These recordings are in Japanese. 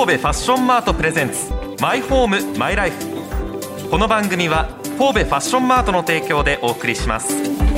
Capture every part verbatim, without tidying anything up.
神戸ファッションマートプレゼンツマイホームマイライフ。この番組は神戸ファッションマートの提供でお送りします。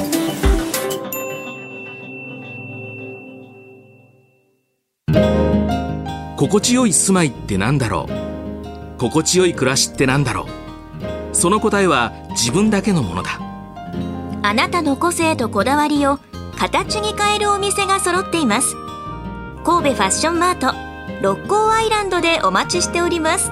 心地よい住まいってなんだろう、心地よい暮らしってなんだろう。その答えは自分だけのものだ。 あなたの個性とこだわりを形に変えるお店が揃っています。神戸ファッションマート六甲アイランドでお待ちしております。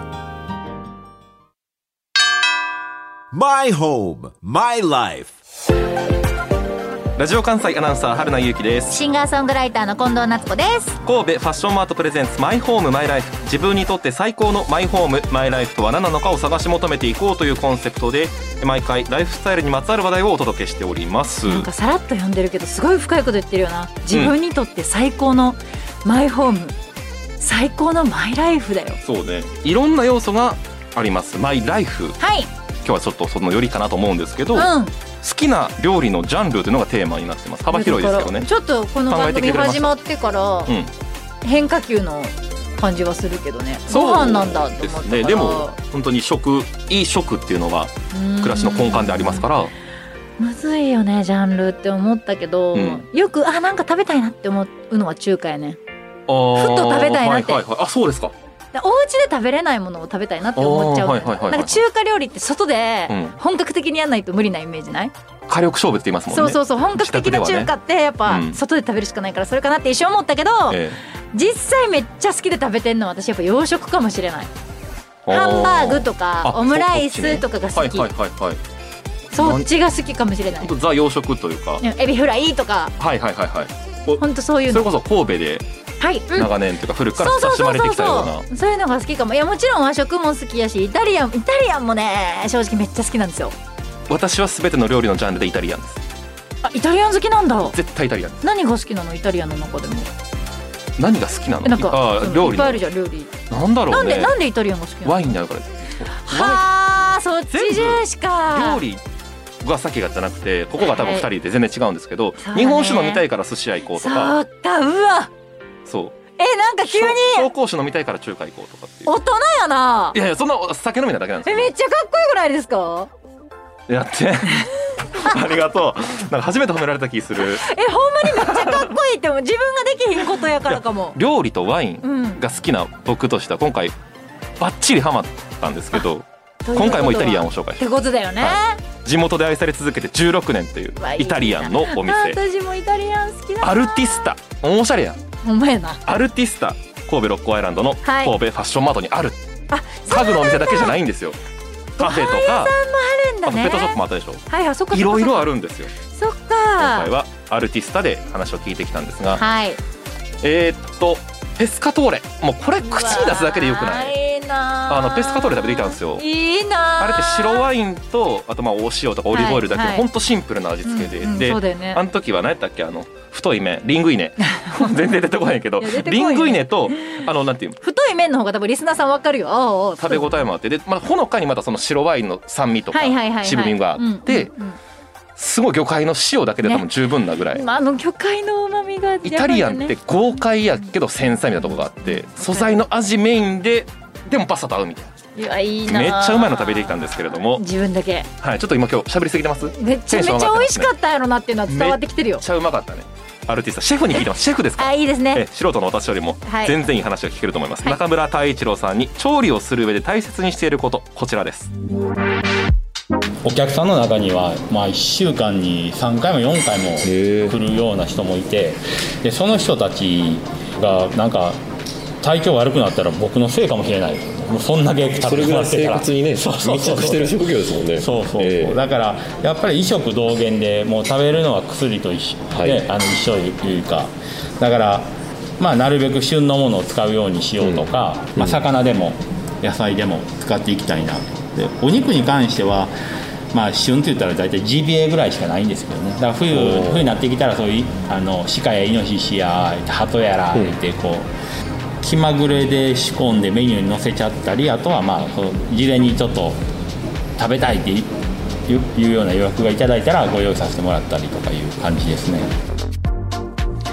My Home, My Life。 ラジオ関西アナウンサー春名由紀です。 シンガーソングライターの近藤夏子です。 神戸ファッションマートプレゼンツマイホームマイライフ。自分にとって最高のマイホームマイライフとは何なのかを探し求めていこうというコンセプトで毎回ライフスタイルにまつわる話題をお届けしております。 なんかさらっと読んでるけどすごい深いこと言ってるよな。自分にとって最高のマイホーム、うん、最高のマイライフだよ。 そうね、いろんな要素がありますマイライフ。 はい、 今日はちょっとそのよりかなと思うんですけど、 うん、 好きな料理のジャンルというのがテーマになってます。幅広いですけどね。 ちょっとこの番組始まってから、うん、変化球の感じはするけどね。ご飯なんだって思ったから。 で、ね、でも本当に食、いい食っていうのが暮らしの根幹でありますから。 むずいよねジャンルって思ったけど、うん、よくあなんか食べたいなって思うのは中華やね。ふと食べたいなって、 はいはいはい、あそうですか。 お家で食べれないものを食べたいなって思っちゃう、はいはいはいはい、なんか中華料理って外で本格的にやらないと無理なイメージない？ 火力勝負って言いますもんね。 そうそうそう、本格的な中華ってやっぱ外で食べるしかないからそれかなって一瞬思ったけど、うん、実際めっちゃ好きで食べてんのは私やっぱ洋食かもしれない。ハンバーグとかオムライスとかが好き。はいはいはいはい、そっちが好きかもしれない。 ザ洋食というかエビフライとか、 はいはいはいはい、 本当そういうの。 それこそ神戸ではいうん、長年というか古くから親しまれてきたような、 そうそうそうそう、そういうのが好きかも。いやもちろん和食も好きやしイタリアンイタリアンもね正直めっちゃ好きなんですよ。 私は全ての料理のジャンルでイタリアンです。 あ、イタリアン好きなんだ。 絶対イタリアンです。 何が好きなのイタリアンの中でも。 何が好きなの？ なんかあ料理いっぱいあるじゃん料理。 なんだろうね。 なんでなんでイタリアンが好きなの？ ワインになるからです。 はあ、そっち重視か。 料理が先がじゃなくてここが多分ふたりで全然違うんですけど、はい、日本酒飲みたいから寿司屋行こうとか。 そうか、うわそうえ、なんか急に紹興酒飲みたいから中華行こうとかっていう。 大人やな。 いやいや、そんな酒飲みなだけなんですよ。 え、めっちゃかっこよくないですか？ やってありがとう。なんか初めて褒められた気する。 え、ほんまにめっちゃかっこいいっても自分ができひんことやからかも。 料理とワインが好きな僕としては今回バッチリハマったんですけど、今回もイタリアンを紹介します。 ってことだよね、はい、 地元で愛され続けてじゅうろくねんというイタリアンのお店。 私もイタリアン好きだな。 アルティスタ、おしゃれやん。 ほんまやな。 アルティスタ神戸六甲アイランドの神戸ファッションマートにある、はい、家具のお店だけじゃないんですよ。カフェとかペットショップもあったでしょ。 はいはい、そっかそっか、 いろいろあるんですよ。 そっか。 今回はアルティスタで話を聞いてきたんですが、はい、えー、っとペスカトーレ、もうこれ口に出すだけでよくない？ いいな。 あのペスカトーレ食べてきたんですよ。 いいな。 あれって白ワインとあとまあお塩とかオリーブオイルだけのほんとシンプルな味付けで、 うんうん、 で、 そうだよね、 あの時は何やったっけ、あの太い麺リングイネ全然出てこないけどリングイネとあのなんていう太い麺の方が多分リスナーさん分かるよ。ああ、 食べ応えもあって、で、まあ、ほのかにまたその白ワインの酸味とか渋みがあってすごい魚介の塩だけで多分十分なぐらい、ね、 まあ、あの魚介の旨味が、ね、 イタリアンって豪快やけど繊細みたいなとこがあって素材の味メインででもパスタと合うみたいな。 いや、いいな。 めっちゃうまいの食べてきたんですけれども、 自分だけ、 はい、ちょっと今今日喋りすぎてます？ めちゃめちゃ美味しかったやろなっていうのは伝わってきてるよ。 めっちゃうまかったね。アルティスタシェフに聞いてます。シェフですか？ あ、いいですね。 え素人の私よりも全然いい話が聞けると思います、はい、中村太一郎さんに調理をする上で大切にしていること、こちらです。 お客さんの中には、まあ、いっしゅうかんにさんかいもよんかいも来るような人もいて、でその人たちがなんか体調悪くなったら僕のせいかもしれない。もうそんだけ食べてもらってたらそれぐらい生活にね密着してる職業ですもんね。 そうそうそう、えー、だからやっぱり医食同源でもう食べるのは薬と一緒で、はい、あの一緒いうか、だからまあなるべく旬のものを使うようにしようとか、うん、まあ、魚でも野菜でも使っていきたいな。でお肉に関してはまあ旬って言ったら大体ジビエぐらいしかないんですけどね。だから冬冬になってきたらそういうあの鹿やイノシシや鳩やらってこう、うん、気まぐれで仕込んでメニューに載せちゃったり、あとはまあ事前にちょっと食べたいっていうような予約がいただいたらご用意させてもらったりとかいう感じですね。 素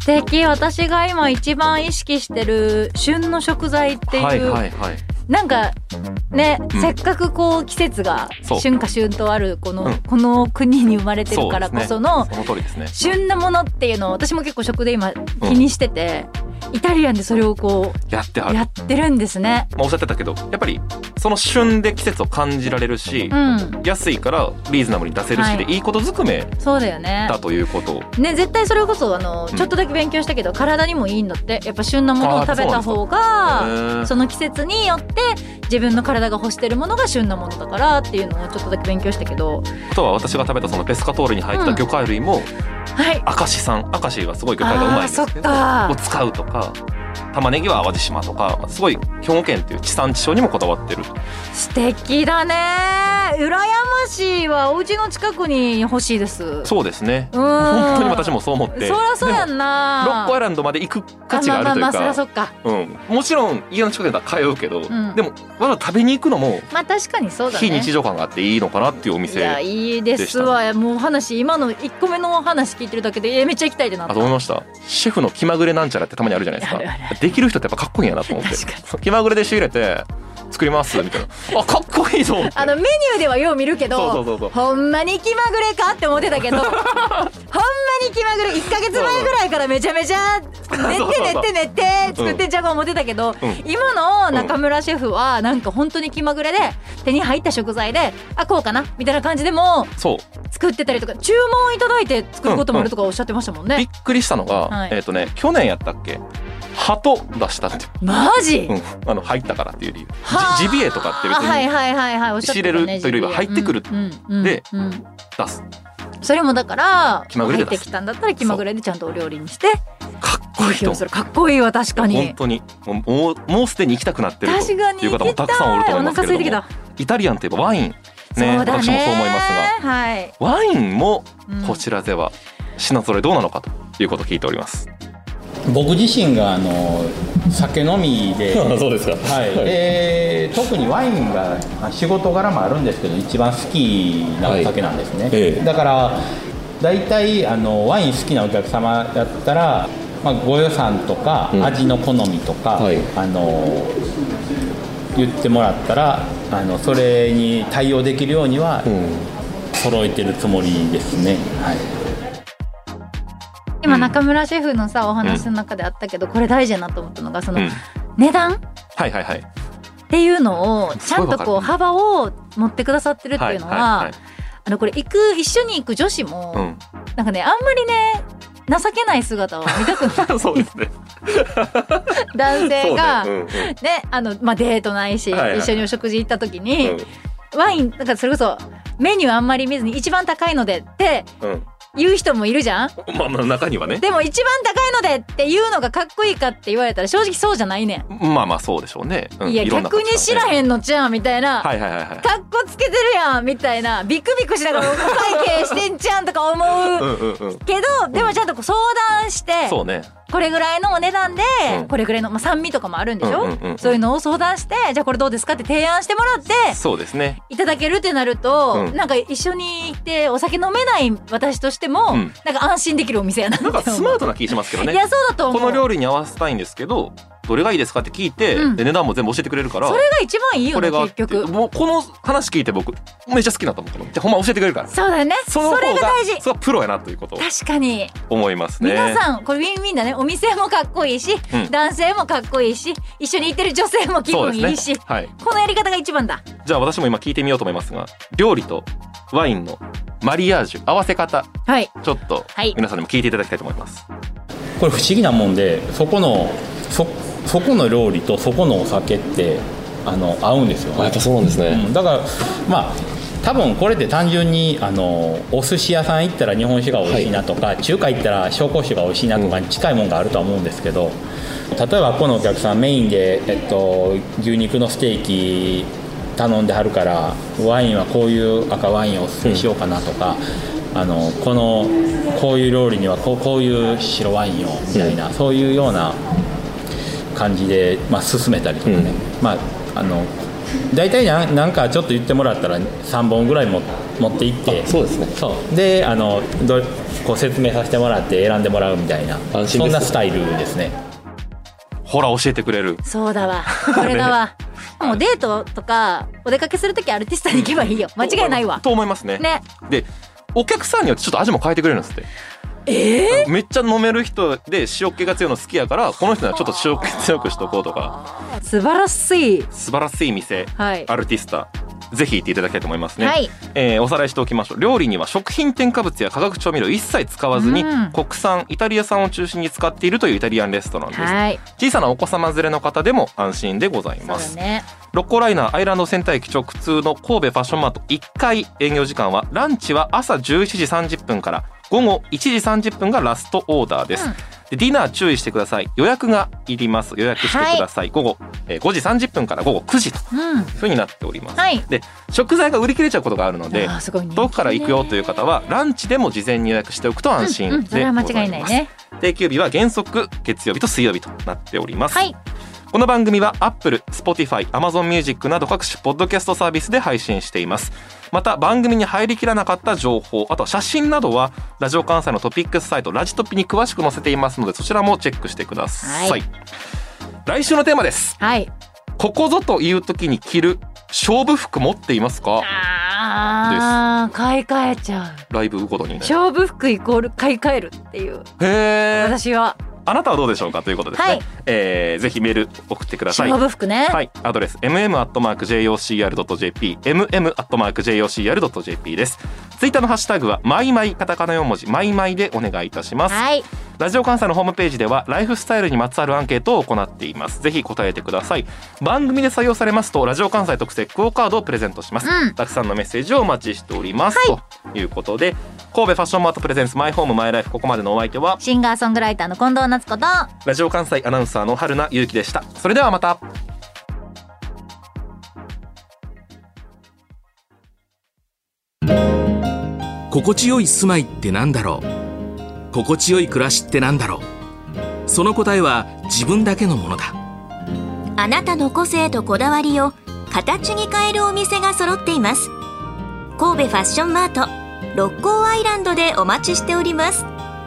素敵。私が今一番意識してる旬の食材っていう、はいはいはい、なんかね、うん、せっかくこう季節が春夏秋冬あるこの、うん、この国に生まれてるからこその旬なものっていうのを私も結構食で今気にしてて、うん、イタリアンでそれをこうやってはるやってるんですね。 まあ、おっしゃってたけどやっぱりその旬で季節を感じられるし、うん、安いからリーズナブルに出せるしで、はい、いいことずくめそうだよねだということね。絶対それこそあの、うん、ちょっとだけ勉強したけど体にもいいのってやっぱ旬なものを食べた方が そ, その季節によって自分の体が欲してるものが旬なものだからっていうのをちょっとだけ勉強したけど、 あとは私が食べたそのペスカトーレに入った魚介類も、うんはい、明石産明石がすごい魚介がうまいんですけどを使うとか、玉ねぎは淡路島とかすごい兵庫県っていう地産地消にもこだわってる。 素敵だね。羨ましいわ。お家の近くに欲しいです。 そうですね、うん本当に私もそう思って。 そりゃそうやんな。 ロッコアイランドまで行く価値があるというか、まあまあまあそりゃそっか、うん、もちろん家の近くだったら通うけど、うん、でもわざわざ食べに行くのもまあ確かにそうだね。 非日常感があっていいのかなっていうお店でした。 いやいいですわ。もう話今のいっこめの話聞いてるだけでめっちゃ行きたいってなった。 あと思いました。シェフの気まぐれなんちゃらってたまにあるじゃないですか。あるある。できる人ってやっぱかっこいいんやなと思って。気まぐれで仕入れて作りますみたいなあかっこいいぞって。 あのメニューではよう見るけどそうそうそうそうほんまに気まぐれかって思ってたけどほんまに気まぐれいっかげつまえぐらいからめちゃめちゃ練って練って練って作ってんちゃうか思ってたけど、うん、今の中村シェフはなんか本当に気まぐれで手に入った食材であこうかなみたいな感じでも作ってたりとか注文いただいて作ることもあるとかおっしゃってましたもんね、 うんうん、びっくりしたのが、はい、えっとね去年やったっけ鳩出したって。 マジ、 うん、あの入ったからっていう理由。ジビエとかって別に仕入れるというよりは入ってくるで出す。 それもだから入ってきたんだったら気まぐれでちゃんとお料理にしてかっこいいと思う。 かっこいいわ。確かに本当にもうもうすでに行きたくなってるという方もたくさんおると思いますけれども、イタリアンといえばワインね、私もそう思いますが、はい、ワインもこちらでは品揃えどうなのかということを聞いております。 僕自身があの酒飲みでそうですか、 はい、で特にワインが仕事柄もあるんですけど一番好きなお酒なんですね、はいええ、だから大体あのワイン好きなお客様だったら、まあ、ご予算とか味の好みとか、うんはい、あの言ってもらったらあのそれに対応できるようには揃えてるつもりですね、はい。 今中村シェフのさお話の中であったけど、うん、これ大事だなと思ったのがその、うん、値段、 はいはいはい、 っていうのをちゃんとこう幅を持ってくださってるっていうのは、はいはいはい、あのこれ行く一緒に行く女子も、うん、なんかねあんまりね情けない姿を見たくないそうですね男性が、ねうんうんねあのまあ、デートないし、はいはい、一緒にお食事行った時に、うん、ワインなんかそれこそメニューあんまり見ずに一番高いのでって、うん言う人もいるじゃん。 まあまあ中にはね。 でも一番高いのでっていうのがかっこいいかって言われたら正直そうじゃないねん。まあまあそうでしょうね。 うん、いや逆に知らへんのじゃんみたいな。はいはいはいはい。かっこつけてるやんみたいな。ビクビクしながらお会計してんじゃんとか思ううんうん、うん、けどでもちゃんとこう相談して。そうね。これぐらいのお値段で、うん、これぐらいの、まあ、酸味とかもあるんでしょ、うんうんうんうん、そういうのを相談してじゃあこれどうですかって提案してもらってそうですねいただけるってなると、うん、なんか一緒に行ってお酒飲めない私としても、うん、なんか安心できるお店やなって思う。 なんかスマートな気しますけどね。 いやそうだと思う。 この料理に合わせたいんですけどどれがいいですかって聞いて、うん、で値段も全部教えてくれるからそれが一番いいよね結局。 もうこの話聞いて僕めっちゃ好きなと思ったの。じゃほんま教えてくれるからそうだよね。その方がそれが大事。 それはプロやなということを確かに思いますね。 皆さんこれウィンウィンだね。お店もかっこいいし、うん、男性もかっこいいし一緒に行ってる女性も気分いいし、ねはい、このやり方が一番だ。 じゃあ私も今聞いてみようと思いますが料理とワインのマリアージュ合わせ方、はい、ちょっと皆さんにも聞いていただきたいと思います、はい、 これ不思議なもんでそこのそそこの料理とそこのお酒ってあの合うんですよ、ね、 やっぱそうなんですね、 うん、だからまあ多分これって単純にあのお寿司屋さん行ったら日本酒が美味しいなとか、はい、中華行ったら紹興酒が美味しいなとかに近いものがあるとは思うんですけど、例えばこのお客さんメインで、えっと、牛肉のステーキ頼んではるからワインはこういう赤ワインをおすすめしようかなとか、うん、あのこのこういう料理にはこう、こういう白ワインをみたいな、うん、そういうような感じで、まあ、進めたりとかね、うん、まああの大体なんかちょっと言ってもらったらさんぼんぐらいも持っていってそうですね。 そうであのどこう説明させてもらって選んでもらうみたいな、そんなスタイルですね。 ほら教えてくれる。 そうだわ、これだわね、もうデートとかお出かけするときアルティスタに行けばいいよ、間違いないわと思いますね。 ねでお客さんによってちょっと味も変えてくれるんですって。 えー、 めっちゃ飲める人で塩気が強いの好きやから、この人にはちょっと塩気強くしとこうとか。 素晴らしい素晴らしい店、はい、アルティスタぜひ行っていただきたいと思いますね、はい。えー、おさらいしておきましょう。料理には食品添加物や化学調味料一切使わずに、うん、国産イタリア産を中心に使っているというイタリアンレストランです、はい。小さなお子様連れの方でも安心でございます、ね。六甲ライナーアイランドセンター駅直通の神戸ファッションマートいっかい営業時間はランチは朝じゅういちじさんじゅっぷんから午後いちじさんじゅっぷんがラストオーダーです、うん。でディナー注意してください。予約がいります。予約してください、はい。午後、えー、ごじさんじゅっぷんから午後くじというふうになっております、うん、はい。で食材が売り切れちゃうことがあるので、遠くから行くよという方はランチでも事前に予約しておくと安心でございます、うんうん、それは間違いないね。定休日は原則月曜日と水曜日となっております、はい。この番組は Apple、Spotify、Amazon Music など各種ポッドキャストサービスで配信しています。また番組に入りきらなかった情報、あとは写真などはラジオ関西のトピックスサイトラジトピに詳しく載せていますので、そちらもチェックしてください、はい。来週のテーマです、はい。ここぞという時に着る勝負服持っていますか？ あー、買い替えちゃう。 ライブごとにね、 勝負服イコール買い替えるっていう。 へー、 私は。 あなたはどうでしょうかということですね、はい。えー、ぜひメール送ってください。 勝負服ね、 はい。アドレス エムエムアットマークジェイオーシーアールドットジェーピー エムエムアットマークジェイオーシーアールドットジェーピー です。ツイッターのハッシュタグはマイマイカタカナよん文字マイマイでお願いいたします、はい。ラジオ関西のホームページではライフスタイルにまつわるアンケートを行っています。ぜひ答えてください。番組で採用されますとラジオ関西特製クオカードをプレゼントします、うん、たくさんのメッセージをお待ちしております、はい、ということで神戸ファッションマートプレゼンツマイホームマイライフ、ここまでのお相手はシンガーソングライターの近藤夏子とラジオ関西アナウンサーの春名優希でした。それではまた。 心地よい住まいってなんだろう。心地よい暮らしってなんだろう。その答えは自分だけのものだ。 あなたの個性とこだわりを形に変えるお店が揃っています。神戸ファッションマート六甲アイランドでお待ちしております。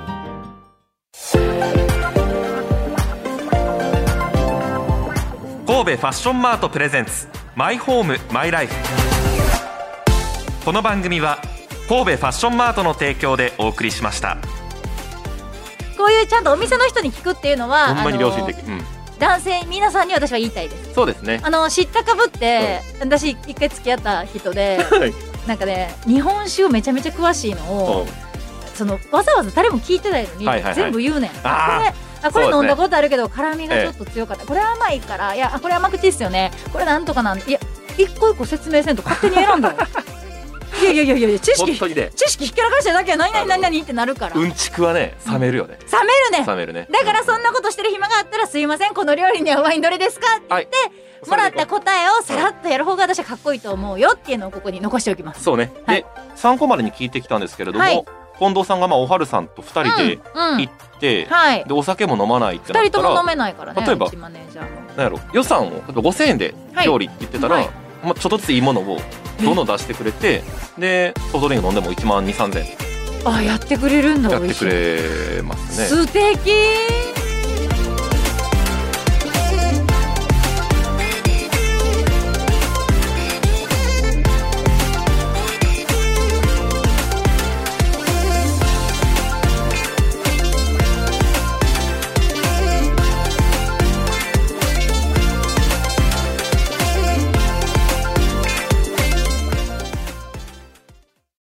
神戸ファッションマートプレゼンツマイホームマイライフ。この番組は神戸ファッションマートの提供でお送りしました。 こういうちゃんとお店の人に聞くっていうのはほんまに良心的、うん、 男性皆さんに私は言いたいです。 そうですね。 あの知ったかぶって、うん、私一回付き合った人でなんかね日本酒をめちゃめちゃ詳しいのを、うん、そのわざわざ誰も聞いてないのに、はいはいはい、全部言うねん。あこれあこれ飲んだことあるけど辛みがちょっと強かった、ええ、これ甘いからいやこれ甘口ですよね、これなんとかなんいや一個一個説明せんと勝手に選んだいやいやいやいや知識、ね、知識ひっくらかしただけは何々何々ってなるから。 うんちくはね冷めるよね、 冷めるね冷めるね。 だからそんなことしてる暇があったらすいませんこの料理にはワインどれですかって言って、はい、もらった答えをさらっとやる方が私はかっこいいと思うよっていうのをここに残しておきます。 そうね、はい、で参考までに聞いてきたんですけれども、はい、近藤さんがまあおはるさんとふたりで行って、うんうんはい、でお酒も飲まないってなったらふたりとも飲めないからね。 例えばマネージャーのなんやろ予算をごせんえんで料理って言ってたら、はいはいまあ、ちょっとずついいものをどんどん出してくれてでソフトドリンク飲んでもいちまんにせんさんぜんえんあやってくれるんだ。 やってくれますね。 素敵